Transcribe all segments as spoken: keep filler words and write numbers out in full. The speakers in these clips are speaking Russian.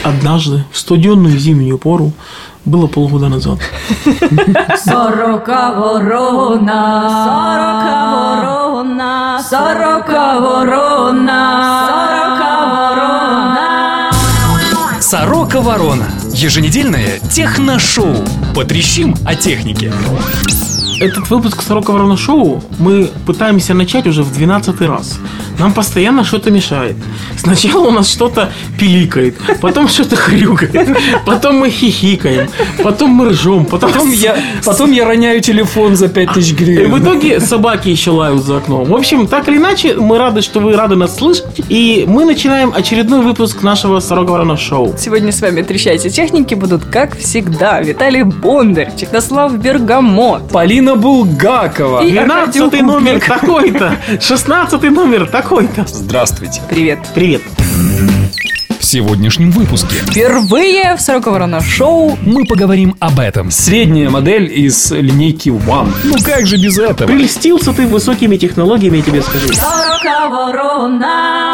Однажды, в студенную зимнюю пору, было полгода назад. Сорока ворона, сорока ворона, сорока ворона, сорока ворона. Сорока ворона. Еженедельное техношоу. Потрещим о технике. Этот выпуск «Сорока ворона шоу» мы пытаемся начать уже в двенадцатый раз. Нам постоянно что-то мешает. Сначала у нас что-то пиликает, потом что-то хрюкает, потом мы хихикаем, потом мы ржем, потом, потом, я, потом я роняю телефон за пять тысяч гривен. И в итоге собаки еще лают за окном. В общем, так или иначе, мы рады, что вы рады нас слышать. И мы начинаем очередной выпуск нашего «Сорока ворона шоу». Сегодня с вами трещать о технике будут, как всегда, Виталий Бондарь, Технослав Бергамот, Полина Булгакова, двенадцатый номер такой-то, шестнадцатый номер такой-то. Здравствуйте. Привет. Привет. В сегодняшнем выпуске Впервые в «Сорока ворона шоу» мы поговорим об этом. Средняя модель из линейки One. Ну как же без этого? Прельстился ты высокими технологиями, я тебе скажу. Сорока ворона.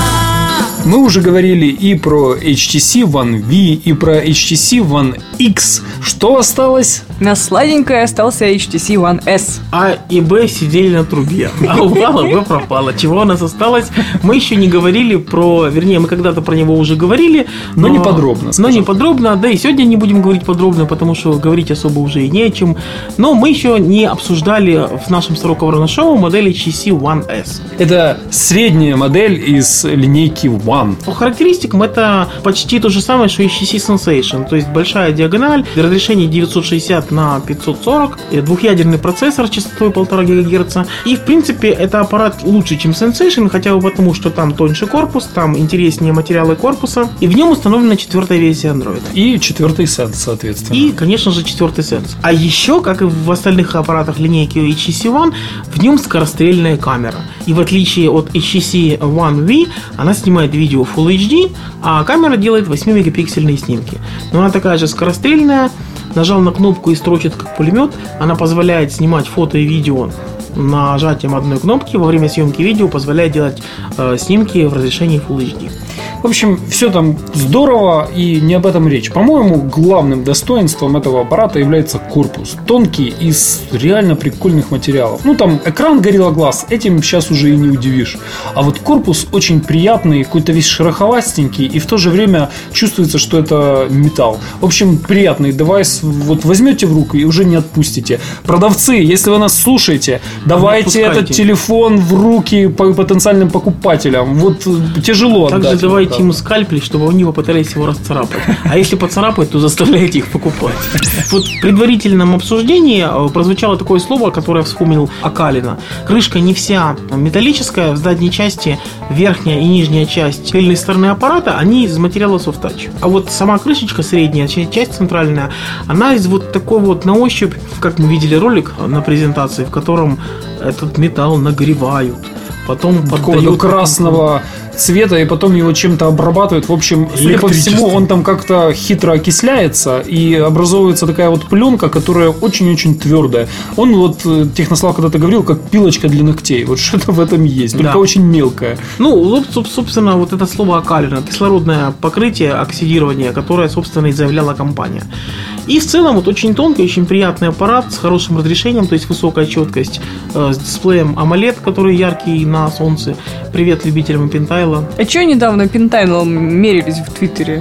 Мы уже говорили и про эйч ти си One ви, и про эйч ти си One икс. Что осталось? На сладенькое остался эйч ти си One эс. А и Б сидели на трубе, а упала, Б пропала. Чего у нас осталось? Мы еще не говорили про... Вернее, мы когда-то про него уже говорили. Но, но не подробно. Но не подробно, да, и сегодня не будем говорить подробно, потому что говорить особо уже и не о чем. Но мы еще не обсуждали в нашем «Сорока ворона шоу» модель эйч ти си One эс. Это средняя модель из линейки One. По характеристикам это почти то же самое, что эйч ти си Sensation. То есть большая диагональ, разрешение девятьсот шестьдесят на пятьсот сорок, двухъядерный процессор частотой полтора гигагерца. И в принципе это аппарат лучше, чем Sensation, хотя бы потому, что там тоньше корпус, там интереснее материалы корпуса. И в нем установлена четвертая версия Android. И четвертый сенс, соответственно. И, конечно же, четвертый сенс. А еще, как и в остальных аппаратах линейки эйч ти си One, в нем скорострельная камера. И в отличие от эйч ти си One ви, она снимает видео видео Full эйч ди, а камера делает восьмимегапиксельные снимки. Но она такая же скорострельная. Нажал на кнопку и строчит как пулемет. Она позволяет снимать фото и видео нажатием одной кнопки. Во время съемки видео позволяет делать э, снимки в разрешении Full эйч ди. В общем, все там здорово, и не об этом речь. По-моему, главным достоинством этого аппарата является корпус. Тонкий, из реально прикольных материалов. Ну, там экран Gorilla Glass, этим сейчас уже и не удивишь. А вот корпус очень приятный, какой-то весь шероховастенький, и в то же время чувствуется, что это металл. В общем, приятный девайс. Вот возьмете в руку и уже не отпустите. Продавцы, если вы нас слушаете, давайте этот телефон в руки потенциальным покупателям. Вот тяжело отдать. Также давайте ему скальпель, чтобы они попытались его расцарапать. А если поцарапать, то заставляйте их покупать. Вот в предварительном обсуждении прозвучало такое слово, которое вспомнил Акалина. Крышка не вся металлическая, в задней части верхняя и нижняя часть тыльной стороны аппарата, они из материала Soft Touch. А вот сама крышечка, средняя часть центральная, она из вот такой вот на ощупь, как мы видели ролик на презентации, в котором этот металл нагревают. Потом поддают красного цвета, и потом его чем-то обрабатывают. В общем, судя по всему, он там как-то хитро окисляется, и образовывается такая вот пленка, которая очень-очень твердая. Он вот, Технослав когда-то говорил, как пилочка для ногтей. Вот что-то в этом есть, только да. Очень мелкое. Ну, собственно, вот это слово Акалина, кислородное покрытие, оксидирование, которое, собственно, и заявляла компания. И в целом вот очень тонкий, очень приятный аппарат с хорошим разрешением, то есть высокая четкость, э, с дисплеем AMOLED, который яркий на солнце. Привет любителям Пентайла. А что недавно Пентайлом мерились в Твиттере?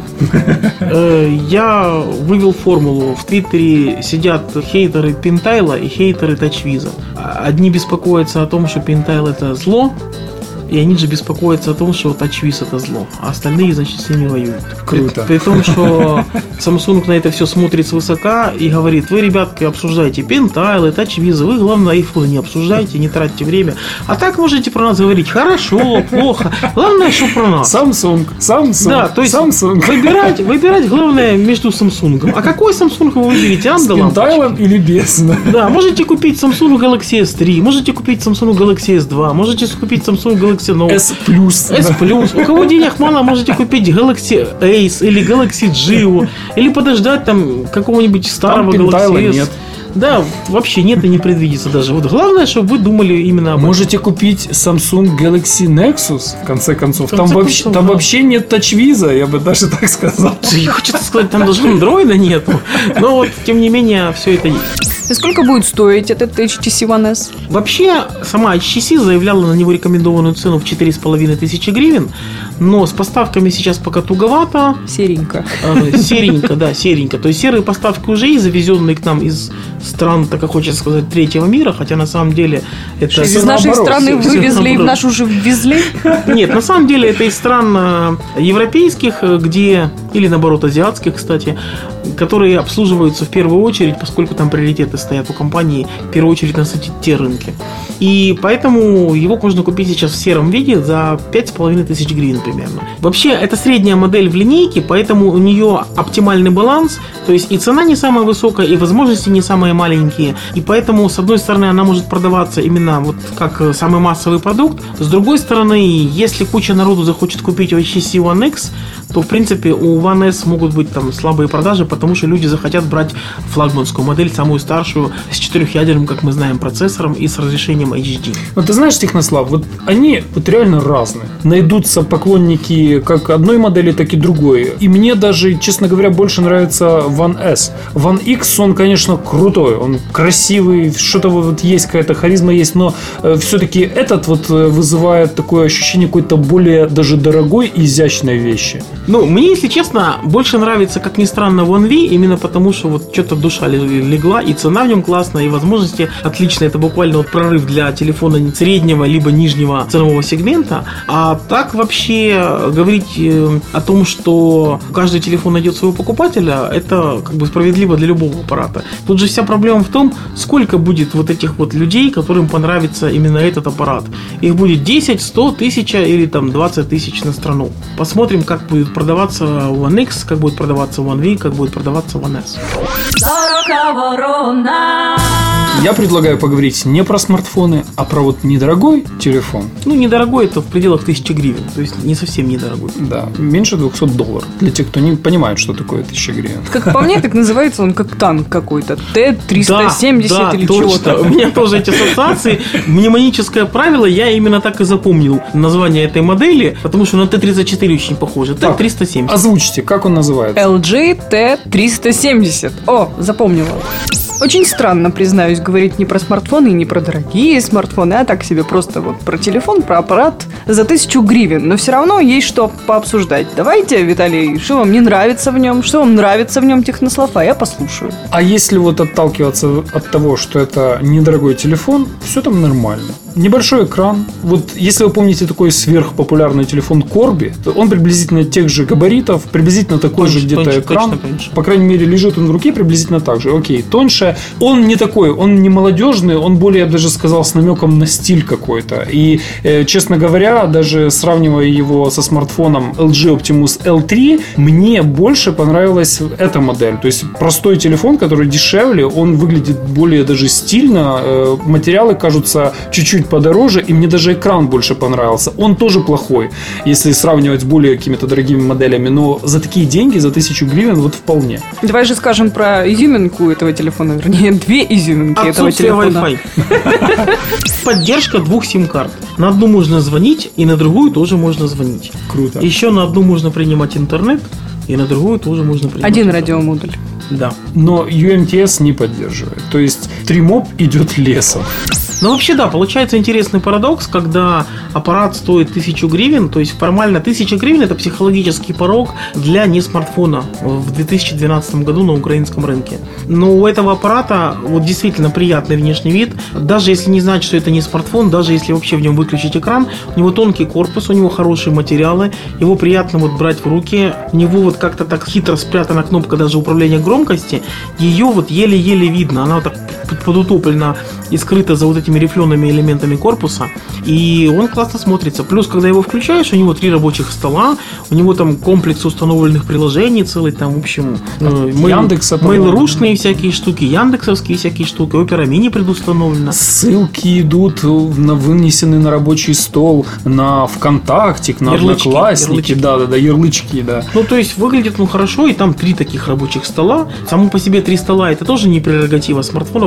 Я вывел формулу. В Твиттере сидят хейтеры Пентайла и хейтеры TouchWiz. Одни беспокоятся о том, что Пентайл это зло, и они же беспокоятся о том, что TouchWiz это зло, а остальные, значит, с ними воюют. Круто. При, при том, что Samsung на это все смотрит свысока и говорит: вы, ребятки, обсуждайте Пентайл и TouchWiz, вы, главное, айфон не обсуждайте, не тратьте время. А так можете про нас говорить хорошо, плохо. Главное, что про нас. Samsung, Samsung, да, то есть Samsung. Выбирать, выбирать главное между Samsung. А какой Samsung вы выберете? С Пентайлом или без? Да, можете купить Samsung Galaxy эс три, можете купить Samsung Galaxy эс два, можете купить Samsung Galaxy Note S Plus. S Plus. У кого денег мало, можете купить Galaxy Ace или Galaxy Geo, или подождать там какого-нибудь старого там Galaxy S. Нет. Да, вообще нет и не предвидится даже. Вот главное, чтобы вы думали именно об этом. Можете купить Samsung Galaxy Nexus, в конце концов. В конце там концов, вообще, там да. вообще нет тачвиза, я бы даже так сказал. Я хочу сказать, там даже андроида нету. Но вот, тем не менее, все это есть. И сколько будет стоить этот эйч ти си One эс? Вообще, сама эйч ти си заявляла на него рекомендованную цену в четыре с половиной тысячи гривен, но с поставками сейчас пока туговато. Серенько. Э, Серенько, да, серенько. То есть серые поставки уже есть, завезенные к нам из стран, так как хочется сказать, третьего мира, хотя на самом деле это... Из всё нашей наоборот, страны всё- всё вывезли и в наоборот. нашу уже ввезли? Нет, на самом деле это из стран э, европейских, э, где, или наоборот азиатских, кстати, которые обслуживаются в первую очередь, поскольку там приоритеты стоят у компании, в первую очередь насытить те рынки. И поэтому его можно купить сейчас в сером виде за пять с половиной тысяч гривен примерно. Вообще, это средняя модель в линейке, поэтому у нее оптимальный баланс, то есть и цена не самая высокая, и возможности не самые маленькие. И поэтому, с одной стороны, она может продаваться именно вот как самый массовый продукт. С другой стороны, если куча народу захочет купить эйч ти си One X, то, в принципе, у One S могут быть там слабые продажи, потому что люди захотят брать флагманскую модель, самую старшую, с четырехъядерным, как мы знаем, процессором и с разрешением эйч ди. Вот ты знаешь, Технослав, вот они вот реально разные. Найдутся поклонники как одной модели, так и другой. И мне даже, честно говоря, больше нравится One S. One X, он, конечно, крутой, он красивый, что-то вот есть, какая-то харизма есть, но э, все-таки этот вот э, вызывает такое ощущение какой-то более даже дорогой и изящной вещи. Ну, мне, если честно, больше нравится, как ни странно, One V, именно потому, что вот что-то душа легла, и цена в нем классная, и возможности отличные. Это буквально вот прорыв для телефона среднего либо нижнего ценового сегмента. А так вообще говорить э, о том, что каждый телефон найдет своего покупателя, это как бы справедливо для любого аппарата. Тут же вся проблема в том, сколько будет вот этих вот людей, которым понравится именно этот аппарат. Их будет десять, сто, тысяча или там двадцать тысяч на страну. Посмотрим, как будет продаваться One X, как будет продаваться One V, как будет продаваться One S. Я предлагаю поговорить не про смартфоны, а про вот недорогой телефон. Ну, недорогой, это в пределах тысячи гривен, то есть не совсем недорогой. Да, меньше двухсот долларов. Для тех, кто не понимает, что такое тысяча гривен. Как по мне, так называется он как танк какой-то. Т триста семьдесят да, или точно. чего-то. У меня тоже эти ассоциации. Мнемоническое правило, я именно так и запомнил название этой модели, потому что на Т тридцать четыре очень похоже. Т триста семьдесят. Озвучьте, как он называется? эл джи Т триста семьдесят. О, запомнила. Очень странно, признаюсь, говорить не про смартфоны и не про дорогие смартфоны, а так себе просто вот про телефон, про аппарат за тысячу гривен. Но все равно есть что пообсуждать. Давайте, Виталий, что вам не нравится в нем, что вам нравится в нем, Технослав, а я послушаю. А если вот отталкиваться от того, что это недорогой телефон, все там нормально. Небольшой экран. Вот если вы помните такой сверхпопулярный телефон Corby, то он приблизительно тех же габаритов, приблизительно такой Тоньше, же где-то тоньше, экран. точно, конечно. По крайней мере, лежит он в руке приблизительно так же. Окей, тоньше. Он не такой, он не молодежный, он более, я бы даже сказал, с намеком на стиль какой-то. И, э, честно говоря, даже сравнивая его со смартфоном эл джи Optimus эл три, мне больше понравилась эта модель. То есть простой телефон, который дешевле, он выглядит более даже стильно, э, материалы кажутся чуть-чуть подороже, и мне даже экран больше понравился. Он тоже плохой, если сравнивать с более какими-то дорогими моделями, но за такие деньги, за тысячу гривен, вот вполне. Давай же скажем про изюминку этого телефона, вернее, две изюминки этого Отсутствие телефона. Wi-Fi. Поддержка двух сим-карт. На одну можно звонить, и на другую тоже можно звонить. Круто. Еще на одну можно принимать интернет, и на другую тоже можно принимать Один интернет. радиомодуль. Да. Но ю эм ти эс не поддерживает. То есть тримоп идет лесом. Ну, вообще, да, получается интересный парадокс, когда аппарат стоит тысячу гривен, то есть формально тысяча гривен – это психологический порог для не смартфона в две тысячи двенадцатом году на украинском рынке. Но у этого аппарата вот действительно приятный внешний вид, даже если не знать, что это не смартфон, даже если вообще в нем выключить экран, у него тонкий корпус, у него хорошие материалы, его приятно вот брать в руки, у него вот как-то так хитро спрятана кнопка даже управления громкости, ее вот еле-еле видно, она вот так подутоплена и скрыта за вот этими рифлеными элементами корпуса, и он классно смотрится. Плюс, когда его включаешь, у него три рабочих стола, у него там комплекс установленных приложений целый, там, в общем, Яндекса, Mail.ru-шные всякие штуки, яндексовские всякие штуки, Opera Mini предустановлена. Ссылки идут на вынесены на рабочий стол, на ВКонтакте, на Ярлычки, Одноклассники, ярлычки. да, да, да, ярлычки, да. Ну, то есть, выглядит он хорошо, и там три таких рабочих стола. Само по себе три стола – это тоже не прерогатива смартфонов.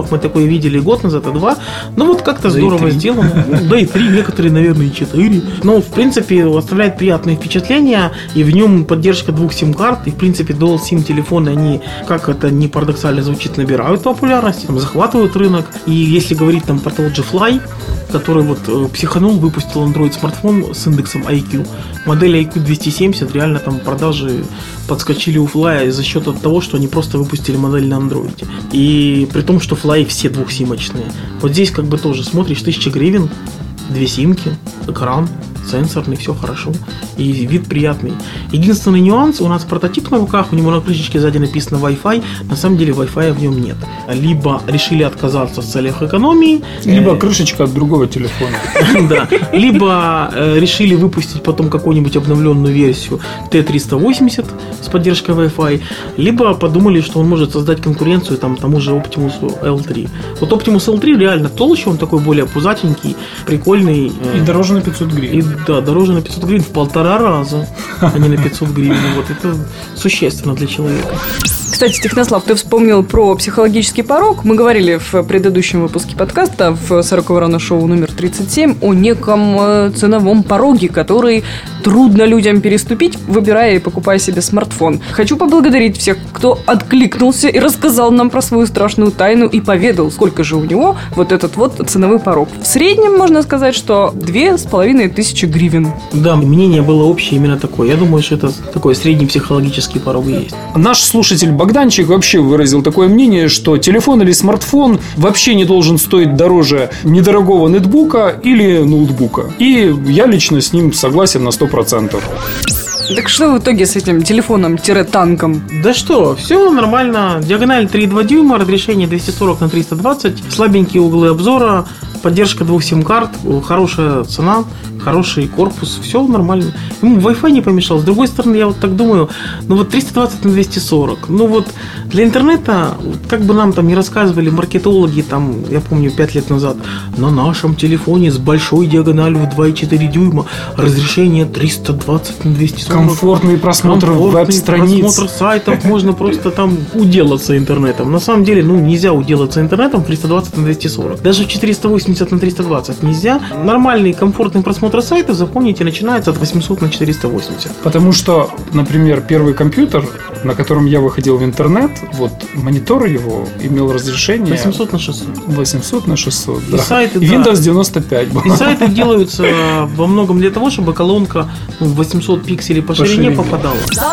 Мы такое видели год назад, и два. Ну, вот как-то здорово сделано. Ну, да и три, некоторые, наверное, и четыре. Но, в принципе, оставляет приятные впечатления. И в нем поддержка двух сим-карт. И, в принципе, Dual SIM телефоны, они, как это не парадоксально звучит, набирают популярность, там, захватывают рынок. И если говорить там про тот же Fly, который вот э, психанул, выпустил Android смартфон с индексом ай кью. Модель ай кью двести семьдесят, реально там продажи подскочили у Fly за счет того, что они просто выпустили модель на Android. И при том, что Fly все двухсимочные. Вот здесь как бы тоже смотришь, тысяча гривен, две симки, экран, сенсорный, все хорошо. И вид приятный. Единственный нюанс, у нас прототип на руках, у него на крышечке сзади написано Wi-Fi, на самом деле Wi-Fi в нем нет. Либо решили отказаться в целях экономии, либо крышечка от другого телефона. Да. Либо решили выпустить потом какую-нибудь обновленную версию ти триста восемьдесят с поддержкой Wi-Fi, либо подумали, что он может создать конкуренцию там, тому же Optimus эл три. Вот Optimus эл три реально толще, он такой более пузатенький, прикольный. И дороже на пятьсот гривен. И, да, дороже на пятьсот гривен в полтора раза, а не на пятьсот гривен. Вот это существенно для человека. Кстати, Технослав, ты вспомнил про психологический порог. Мы говорили в предыдущем выпуске подкаста в сороковом Ворона шоу номер тридцать семь о неком ценовом пороге, который трудно людям переступить, выбирая и покупая себе смартфон. Хочу поблагодарить всех, кто откликнулся и рассказал нам про свою страшную тайну и поведал, сколько же у него вот этот вот ценовой порог. В среднем можно сказать, что две с половиной тысячи гривен. Да, мнение было общее именно такое. Я думаю, что это такой средний психологический порог и есть. Наш слушатель Богданчик вообще выразил такое мнение, что телефон или смартфон вообще не должен стоить дороже недорогого нетбука или ноутбука. И я лично с ним согласен на сто процентов. Так что в итоге с этим телефоном-танком? Да что, все нормально. Диагональ три и два дюйма, разрешение двести сорок на триста двадцать, слабенькие углы обзора, поддержка двух сим-карт, хорошая цена, хороший корпус, все нормально. Ему Wi-Fi не помешал. С другой стороны, я вот так думаю, ну вот триста двадцать на двести сорок, ну вот для интернета, как бы нам там не рассказывали маркетологи, там, я помню, пять лет назад, на нашем телефоне с большой диагональю в два и четыре дюйма, разрешение триста двадцать на двести сорок. Комфортный просмотр веб-страниц. Просмотр сайтов, можно просто там уделаться интернетом. На самом деле, ну, нельзя уделаться интернетом в триста двадцать на двести сорок. Даже в четыреста восемьдесят на триста двадцать нельзя. Нормальный, комфортный просмотр сайтов, запомните, начинается от восемьсот на четыреста восемьдесят. Потому что, например, первый компьютер, на котором я выходил в интернет, вот монитор его имел разрешение восемьсот на шестьсот. восемьсот на шестьсот, и да. сайты, И да. Windows девяносто пять был. И сайты делаются во многом для того, чтобы колонка ну, восемьсот пикселей по, по ширине, ширине попадала.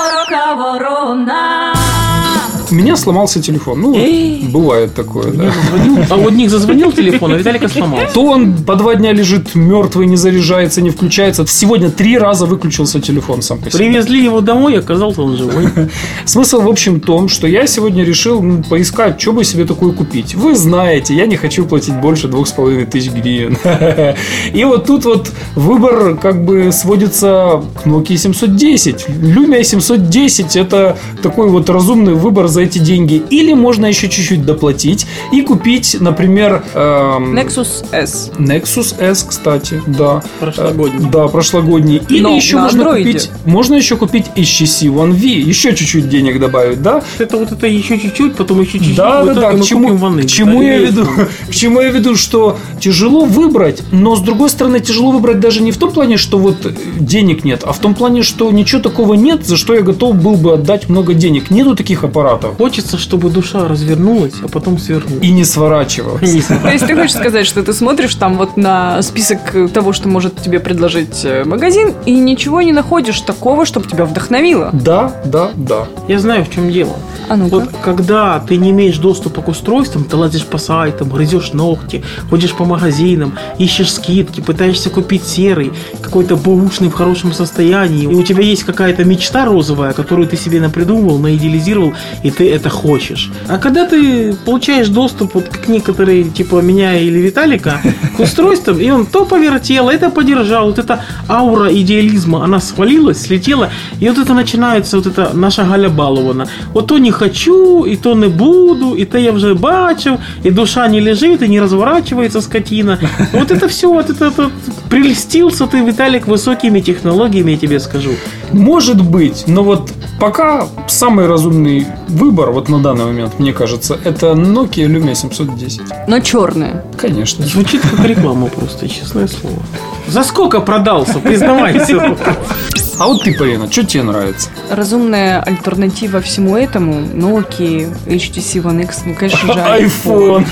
У меня сломался телефон. Ну, Эй. бывает такое, да. Зазвонил, а у одних зазвонил телефон, а Виталика сломался. То он по два дня лежит мертвый, не заряжается, не включается. Сегодня три раза выключился телефон сам по себе. Привезли его домой, и оказался он живой. Смысл, в общем, в том, что я сегодня решил ну, поискать, что бы себе такое купить. Вы знаете, я не хочу платить больше двух с половиной тысяч гривен. И вот тут вот выбор как бы сводится к Nokia семьсот десять. Lumia семьсот десять это такой вот разумный выбор за эти деньги. Или можно еще чуть-чуть доплатить и купить, например... Эм... Nexus S. Nexus S, кстати, да. Прошлогодний. Да, прошлогодний. Или Но еще можно Android. купить... Можно еще купить эйч ти си One V. Еще чуть-чуть денег добавить, да? Это вот это еще чуть-чуть, потом еще чуть-чуть. Да, да, да. К чему, ванны, к чему я веду? К чему я веду, что тяжело выбрать, но с другой стороны тяжело выбрать даже не в том плане, что вот денег нет, а в том плане, что ничего такого нет, за что я готов был бы отдать много денег. Нету таких аппаратов. Хочется, чтобы душа развернулась, а потом свернулась. И не сворачивалась. То есть ты хочешь сказать, что ты смотришь там вот на список того, что может тебе предложить магазин, и ничего не находишь такого, чтобы тебя вдохновило? Да, да, да. Я знаю, в чем дело. А ну-ка. Вот когда ты не имеешь доступа к устройствам, ты лазишь по сайтам, грызешь ногти, ходишь по магазинам, ищешь скидки, пытаешься купить серый, какой-то бэушный в хорошем состоянии, и у тебя есть какая-то мечта розовая, которую ты себе напридумывал, наидеализировал, и ты это хочешь. А когда ты получаешь доступ, вот как некоторые, типа меня или Виталика, к устройствам, и он то повертел, это подержал, вот эта аура идеализма, она свалилась, слетела, и вот это начинается, вот это наша Галя Балована. Вот то не хочу, і то не буду, і то я вже бачив, і душа не лежить, і не розворачується скотина. Вот это все, вот это, это прельстился ты, Виталик, высокими технологиями, я тебе скажу. Может быть, но вот пока самый разумный выбор, вот на данный момент, мне кажется, это Nokia Lumia семьсот десять. Но черная. Конечно. Звучит как реклама просто, честное слово. За сколько продался, признавайся. А вот ты, Полина, что тебе нравится? Разумная альтернатива всему этому Nokia, эйч ти си One X, ну, конечно же, iPhone.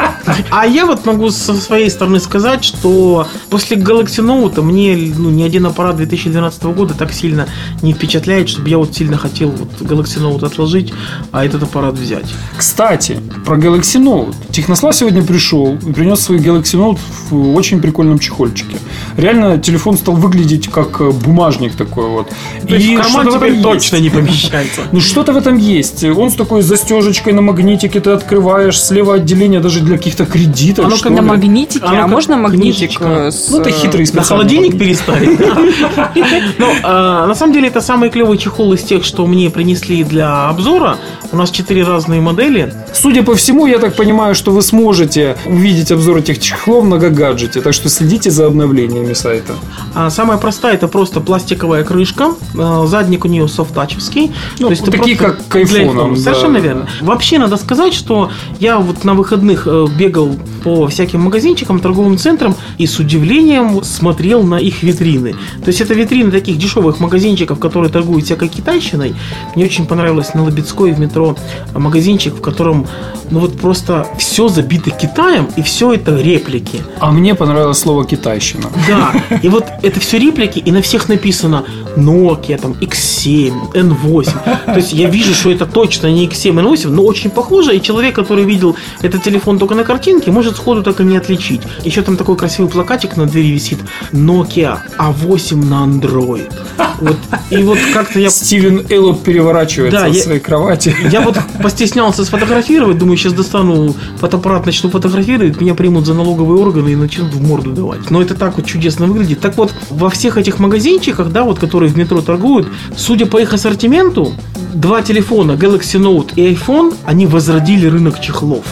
А я вот могу со своей стороны сказать, что после Galaxy Note мне ну, ни один аппарат две тысячи двенадцатого года так сильно не впечатляет, чтобы я вот сильно хотел вот Galaxy Note отложить, а этот аппарат взять. Кстати, про Galaxy Note. Технослав сегодня пришел и принес свой Galaxy Note в очень прикольном чехольчике. Реально телефон стал выглядеть как бумажник такой вот. То есть и в карман что-то в теперь этом точно есть. не помещается. Ну что-то в этом есть. Он с такой застежечкой на магнитике, ты открываешь, слева отделение даже для каких-то кредитов. Оно что как На ли. магнитике, Оно а как можно магнитик книжечка. э, с... Ну, это хитрый На специальный холодильник магнит. переставить. Ну, э, на самом деле, это самый клевый чехол из тех, что мне принесли для обзора. У нас четыре разные модели. Судя по всему, я так понимаю, что вы сможете увидеть обзор этих чехлов на Гагаджете, так что следите за обновлениями сайта. А самая простая — это просто пластиковая крышка. Э, Задник у нее софтачевский. Ну, То есть это такие, просто как к для айфонам, iPhone. да. Совершенно верно. Вообще, надо сказать, что я вот на выходных э, бегал по всяким магазинчикам, торговым центрам и с удивлением смотрел на их витрины. То есть это витрины таких дешевых магазинчиков, которые торгуют всякой китайщиной. Мне очень понравилось на Лобецкой в метро магазинчик, в котором ну вот просто все забито Китаем, и все это реплики. А мне понравилось слово «китайщина». Да, и вот это все реплики, и на всех написано Nokia, там, икс семь, эн восемь. То есть я вижу, что это точно не икс семь, эн восемь, но очень похоже, и человек, который видел этот телефон только на картинке, может сходу так и не отличить. Еще там такой красивый плакатик на двери висит: Nokia а восемь на Android. Вот, и вот как-то я... Стивен Эллоп переворачивается Да, в я- своей кровати. Я вот постеснялся сфотографировать, думаю, сейчас достану фотоаппарат, начну фотографировать, меня примут за налоговые органы и начнут в морду давать. Но это так вот чудесно выглядит. Так вот, во всех этих магазинчиках, да, вот, которые в метро торгуют, судя по их ассортименту, два телефона, Galaxy Note и iPhone, они возродили рынок чехлов.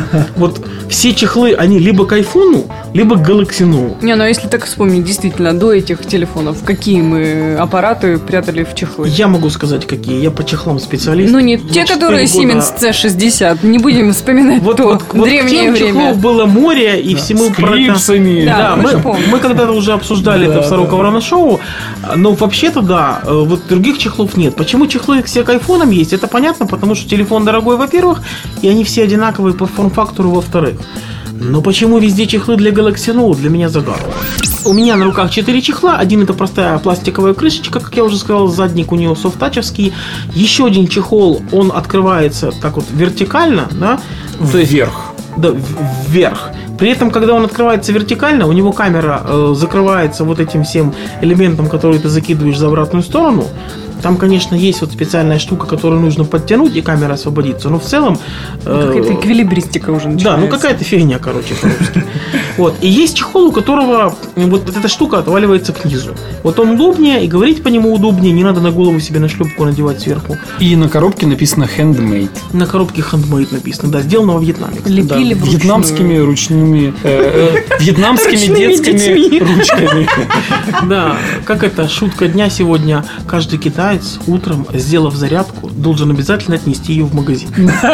Вот все чехлы, они либо к айфону, либо к Galaxy Note. Не, ну если так вспомнить, действительно, до этих телефонов, какие мы аппараты прятали в чехлы? Я могу сказать, какие. Я по чехлам специалист. Ну, не Вот те, которые четыре года- Siemens си шестьдесят. Не будем вспоминать Вот, то вот, вот древнее тем время. чехлов было море, и всему С про это- клипсами. Да, Да, мы мы, же помним. мы когда-то уже обсуждали Да, это в Сороково да. Рано шоу, но вообще-то да, э, вот других чехлов нет. Почему чехлы все к айфонам есть? Это понятно, потому что телефон дорогой, во-первых, и они все одинаковые по форм-фактору, во-вторых. Но почему везде чехлы для Galaxy Note? Для меня загадка. У меня на руках четыре чехла. Один — это простая пластиковая крышечка, как я уже сказал, задник у него софтачевский. Еще один чехол, он открывается так вот вертикально, да? То есть- Вверх. да, в- вверх. При этом, когда он открывается вертикально, у него камера э, закрывается вот этим всем элементом, который ты закидываешь за обратную сторону. Там, конечно, есть вот специальная штука, которую нужно подтянуть, и камера освободится. Но в целом... э, Какая-то эквилибристика уже начинается. да, ну какая-то фигня, короче, по-русски. Вот. И есть чехол, у которого вот эта штука отваливается к низу. Вот он удобнее, и говорить по нему удобнее, не надо на голову себе на шлепку надевать сверху. И на коробке написано «handmade». На коробке handmade написано, да, сделано во Вьетнаме. кстати. Лепили Да. вручную. Вьетнамскими ручными, э, э, вьетнамскими Ручными детскими детьми. ручками. Да, как это, шутка дня сегодня. Каждый китаец утром, сделав зарядку, должен обязательно отнести ее в магазин.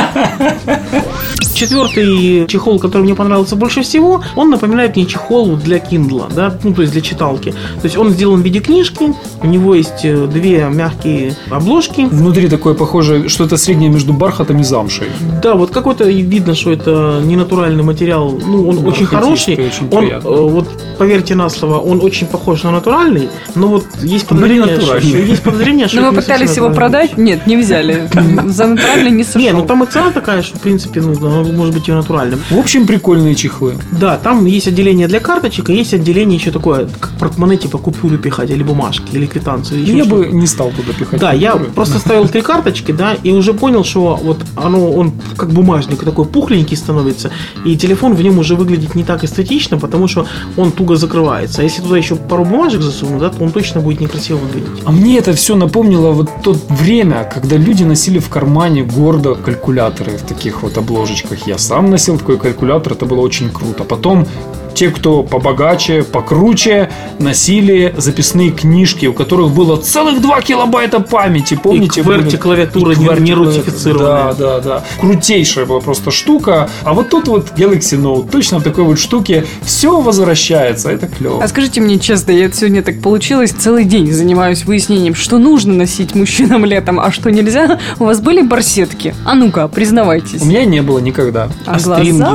Четвертый чехол, который мне понравился больше всего, он напоминает мне чехол для Kindle, да, ну, то есть для читалки. То есть он сделан в виде книжки, у него есть э, две мягкие обложки. Внутри такое похоже, что-то среднее между бархатом и замшей. Да, вот какой-то и видно, что это не натуральный материал. Ну, он очень хороший. Бархатистый, очень Он, приятно. э, вот поверьте на слово, он очень похож на натуральный, но вот есть Но не подозрение, что, натуральный. есть подозрение, что Но это мы не совсем пытались его натуральный. продать. Нет, не взяли. За натуральный не сошел. Не, ну там и цена такая, что в принципе, ну, оно может быть и натуральным. В общем, прикольные чехлы. Да, там есть отделение для карточек, и есть отделение еще такое, как портмоне, типа купюры пихать, или бумажки, или квитанцию. или еще Я бы что-то. не стал туда пихать. Да, я купюры. просто ставил три карточки, да, и уже понял, что вот оно, он как бумажник такой пухленький становится, и телефон в нем уже выглядит не так эстетично, потому что он туго закрывается. А если туда еще пару бумажек засуну, да, то он точно будет некрасиво выглядеть. А мне это все напомнило вот то время, когда люди носили в кармане гордо калькуляторы в таких вот обложечках. Я сам носил такой калькулятор, это было очень круто. Потом те, кто побогаче, покруче, носили записные книжки, у которых было целых два килобайта памяти. Помните? И кверти клавиатура не, не рутифицированная. Да, да, да. Крутейшая была просто штука. А вот тут вот Galaxy Note, точно в такой вот штуке все возвращается. Это клево. А скажите мне честно, я сегодня так получилось, целый день занимаюсь выяснением, что нужно носить мужчинам летом, а что нельзя. У вас были барсетки? А ну-ка, признавайтесь. У меня не было никогда. А, А глаза? стринги?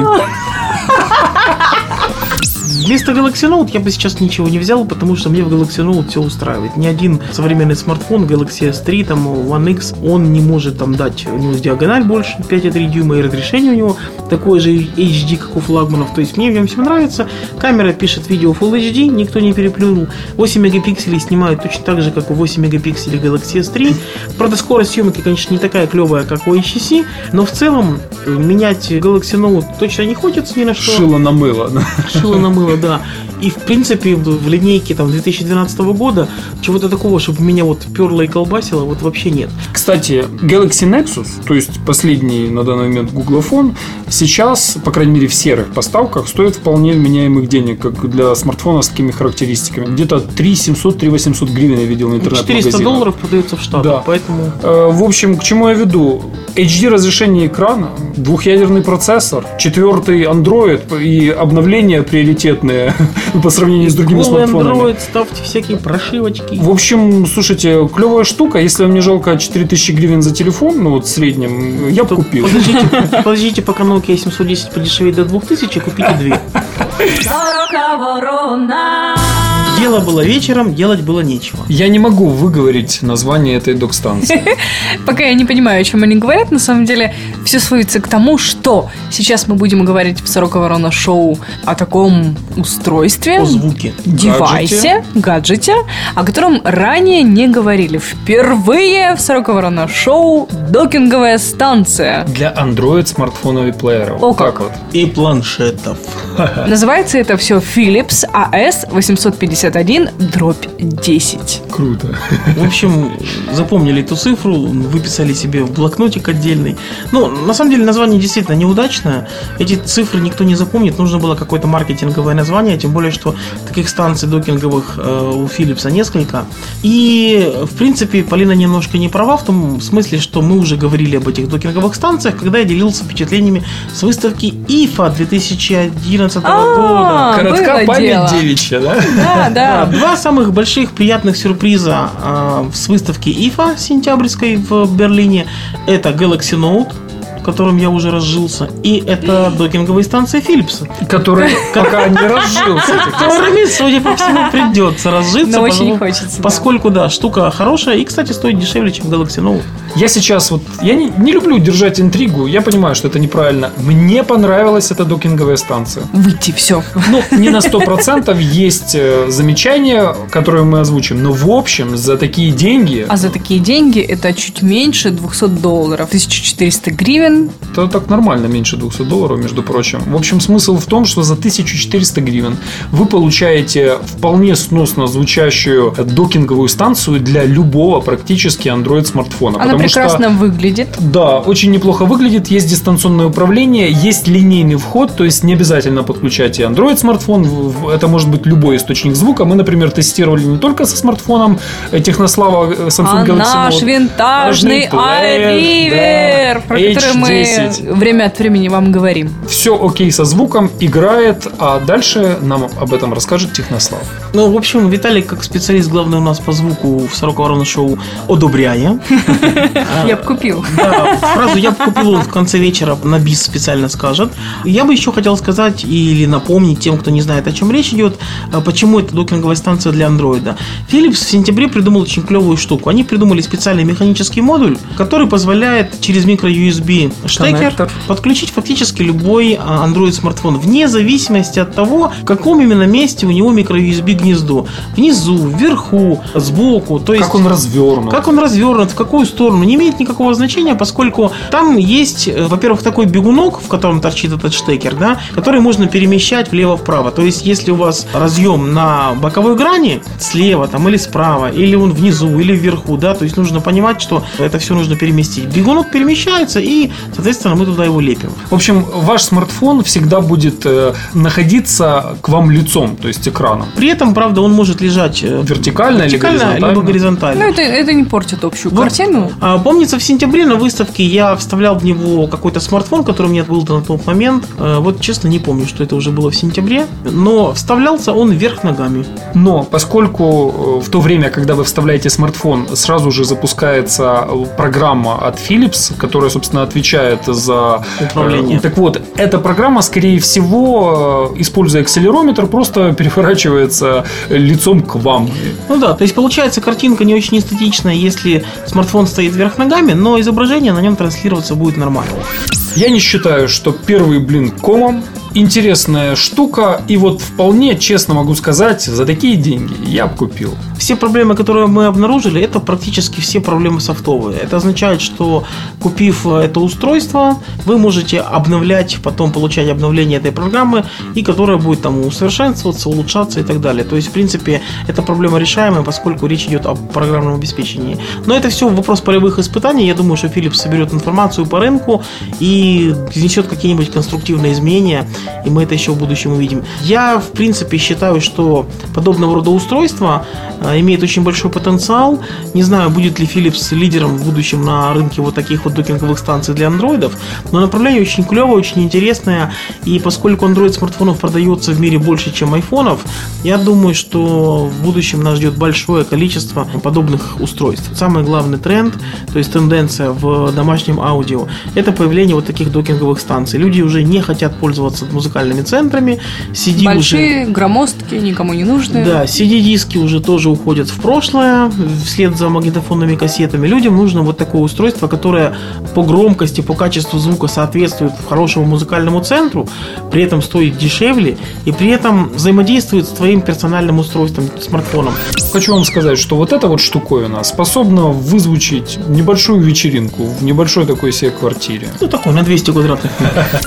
Вместо Galaxy Note я бы сейчас ничего не взял, потому что мне в Galaxy Note все устраивает. Ни один современный смартфон, Galaxy эс три, там, One X, он не может там дать, у него диагональ больше пять и три дюйма, и разрешение у него такое же эйч ди, как у флагманов. То есть мне в нем все нравится. Камера пишет видео Full эйч ди, никто не переплюнул. восемь мегапикселей снимает точно так же, как у восемь мегапикселей Galaxy эс три. Правда, скорость съемки, конечно, не такая клевая, как у эйч ти си, но в целом менять Galaxy Note точно не хочется ни на что. Шило на мыло. Шило на мыло, да. И в принципе в линейке там две тысячи двенадцатого года чего-то такого, чтобы меня вот перло и колбасило, вот вообще нет. Кстати, Galaxy Nexus, то есть последний на данный момент гуглофон, сейчас, по крайней мере в серых поставках, стоит вполне вменяемых денег, как для смартфона с такими характеристиками. Где-то три семьсот - три восемьсот гривен я видел на интернет-магазинах. четыреста долларов продается в Штатах, да. Поэтому... Э, в общем, к чему я веду? эйч ди разрешение экрана, двухъядерный процессор, четвертый Android и обновления приоритетные по сравнению с другими Голый смартфонами. Android, ставьте всякие прошивочки. В общем, слушайте, клевая штука. Если вам не жалко четыре тысячи гривен за телефон, ну вот в среднем, я бы купил. Подождите, подождите, пока Nokia семьсот десять подешевеет до двух тысяч, и купите две. Дело было вечером, делать было нечего. Я не могу выговорить название этой док-станции. Пока я не понимаю, о чем они говорят, на самом деле все сводится к тому, что сейчас мы будем говорить в сорок Ворона Шоу о таком устройстве, О звуке. девайсе, гаджете, о котором ранее не говорили. Впервые в сорок Ворона Шоу докинговая станция. Для Android смартфонов и плееров. О, как. вот. И планшетов. Называется это все Philips эй эс восемьсот пятьдесят один десять. Круто. В общем, запомнили эту цифру, выписали себе в блокнотик отдельный. Ну, на самом деле, название действительно неудачное. Эти цифры никто не запомнит. Нужно было какое-то маркетинговое название, тем более, что таких станций докинговых э, у Philips несколько. И, в принципе, Полина немножко не права в том смысле, что мы уже говорили об этих докинговых станциях, когда я делился впечатлениями с выставки ай эф эй две тысячи одиннадцатого года. Коротка было память дело. девичья, да? Да, да. Два самых больших приятных сюрприза э, с выставки ай эф эй сентябрьской в Берлине — это Galaxy Note, которым я уже разжился, и это докинговые станции Philips, Который пока не разжился. которыми, судя по всему, придется разжиться. Но очень потому- хочется, да. Поскольку, да, штука хорошая и, кстати, стоит дешевле, чем Galaxy Note. Я сейчас вот, я не, не люблю держать интригу, я понимаю, что это неправильно. Мне понравилась эта докинговая станция. Выйти, все. Ну, не на сто процентов есть э, замечания, которые мы озвучим, но в общем за такие деньги, А за такие деньги это чуть меньше двести долларов. тысяча четыреста гривен. это так нормально, меньше двухсот долларов, между прочим. В общем, смысл в том, что за тысячу четыреста гривен вы получаете вполне сносно звучащую докинговую станцию для любого практически Android смартфона. Она Потому прекрасно что, выглядит. да, очень неплохо выглядит, есть дистанционное управление, есть линейный вход, то есть не обязательно подключать и Android смартфон, в- это может быть любой источник звука. Мы, например, тестировали не только со смартфоном э, Технослава э, Samsung А Galaxy наш Note. винтажный Важный iRiver, да. про который мы эйч десять. время от времени вам говорим. Все окей со звуком, играет, а дальше нам об этом расскажет Технослав. Ну, в общем, Виталий, как специалист, главный у нас по звуку в сорок Ворона Шоу, одобряя. Я бы купил. Да, фразу «я бы купил» он в конце вечера на бис специально скажет. Я бы еще хотел сказать или напомнить тем, кто не знает, о чем речь идет, почему это докинговая станция для андроида. Philips в сентябре придумал очень клевую штуку. Они придумали специальный механический модуль, который позволяет через микро-ю эс би штекер Коннектор. подключить фактически любой любой Android-смартфон, вне зависимости от того, в каком именно месте у него микро-ю эс би-гнездо. Внизу, вверху, сбоку. То есть, как он развернут. Как он развернут, в какую сторону, не имеет никакого значения, поскольку там есть, во-первых, такой бегунок, в котором торчит этот штекер, да, который можно перемещать влево-вправо. То есть, если у вас разъем на боковой грани, слева там, или справа, или он внизу, или вверху, да, то есть нужно понимать, что это все нужно переместить. Бегунок перемещается, и, соответственно, мы туда его лепим. В общем, ваш смартфон всегда будет э, находиться к вам лицом, то есть экраном. При этом, правда, он может лежать вертикально, вертикально или горизонтально. либо горизонтально. Ну, это, это не портит общую Вот, картину. а, помнится, в сентябре на выставке я вставлял в него какой-то смартфон, который у меня был на тот момент. А, вот, честно, не помню, что это уже было в сентябре. Но вставлялся он вверх ногами. Но поскольку в то время, когда вы вставляете смартфон, сразу же запускается программа от Philips, которая, собственно, отвечает за управление. Так вот, эта программа, скорее всего, используя акселерометр, просто переворачивается лицом к вам. Ну да, то есть получается картинка не очень эстетичная, если смартфон стоит вверх ногами, но изображение на нем транслироваться будет нормально. Я не считаю, что первый блин комом. Интересная штука, и вот вполне честно могу сказать, за такие деньги я бы купил. Все проблемы, которые мы обнаружили, это практически все проблемы софтовые. Это означает, что купив это устройство, вы можете обновлять, потом получать обновление этой программы, и которая будет там усовершенствоваться, улучшаться и так далее. То есть, в принципе, эта проблема решаемая, поскольку речь идет о программном обеспечении. Но это все вопрос полевых испытаний. Я думаю, что Philips соберет информацию по рынку и внесет какие-нибудь конструктивные изменения, и мы это еще в будущем увидим. Я, в принципе, считаю, что подобного рода устройства а, имеет очень большой потенциал. Не знаю, будет ли Philips лидером в будущем на рынке вот таких вот докинговых станций для андроидов, но направление очень клевое, очень интересное, и поскольку андроид-смартфонов продается в мире больше, чем айфонов, я думаю, что в будущем нас ждет большое количество подобных устройств. Самый главный тренд, то есть тенденция в домашнем аудио, это появление вот таких докинговых станций. Люди уже не хотят пользоваться музыкальными центрами. си ди Большие, уже... громоздкие, никому не нужные. Да, си ди-диски уже тоже уходят в прошлое, вслед за магнитофонными кассетами. Людям нужно вот такое устройство, которое по громкости, по качеству звука соответствует хорошему музыкальному центру, при этом стоит дешевле и при этом взаимодействует с твоим персональным устройством, смартфоном. Хочу вам сказать, что вот эта вот штуковина способна вызвучить небольшую вечеринку в небольшой такой себе квартире. Ну, такой, на двести квадратных метров.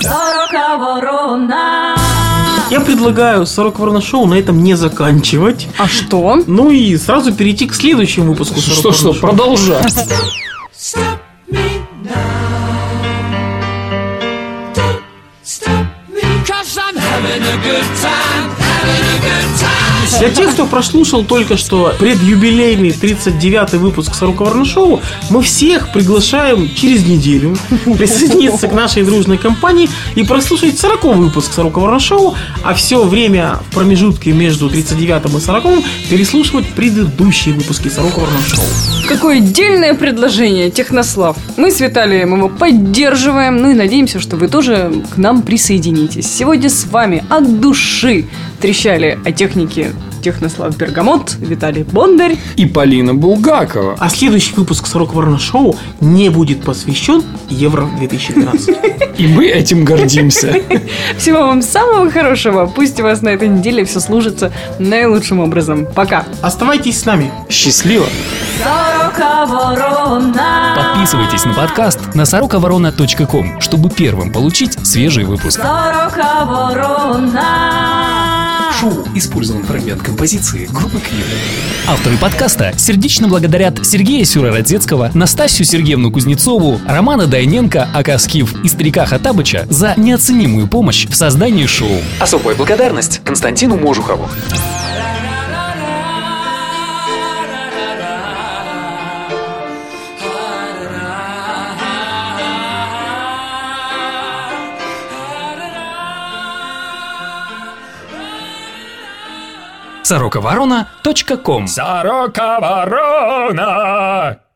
Я предлагаю «сорок Ворона Шоу» на этом не заканчивать. А что? Ну и сразу перейти к следующему выпуску «сорок Что, что, Ворона Шоу». продолжать. Для тех, кто прослушал только что предюбилейный тридцать девятый выпуск «сорок Ворона Шоу», мы всех приглашаем через неделю присоединиться к нашей дружной компании и прослушать сороковой выпуск «сорок Ворона Шоу», а все время в промежутке между тридцать девятым и сороковым переслушивать предыдущие выпуски «сорок Ворона Шоу». Какое дельное предложение, Технослав. Мы с Виталием его поддерживаем, ну и надеемся, что вы тоже к нам присоединитесь. Сегодня с вами от души трещали о технике Технослав Бергамот, Виталий Бондарь И Полина Булгакова. А следующий выпуск «сорок Ворона Шоу» не будет посвящен Евро две тысячи двенадцать. И мы этим гордимся. Всего вам самого хорошего. Пусть у вас на этой неделе все служится наилучшим образом. Пока. Оставайтесь с нами. Счастливо. Подписывайтесь на подкаст на сорока ворона точка ком, чтобы первым получить свежий выпуск. Шоу использован фрагмент композиции группы Квин. Авторы подкаста сердечно благодарят Сергея Сюрородецкого, Настасью Сергеевну Кузнецову, Романа Дайненко, ака Скиф и старика Хаттабыча за неоценимую помощь в создании шоу. Особая благодарность Константину Можухову. сорока ворона точка ком. сорока ворона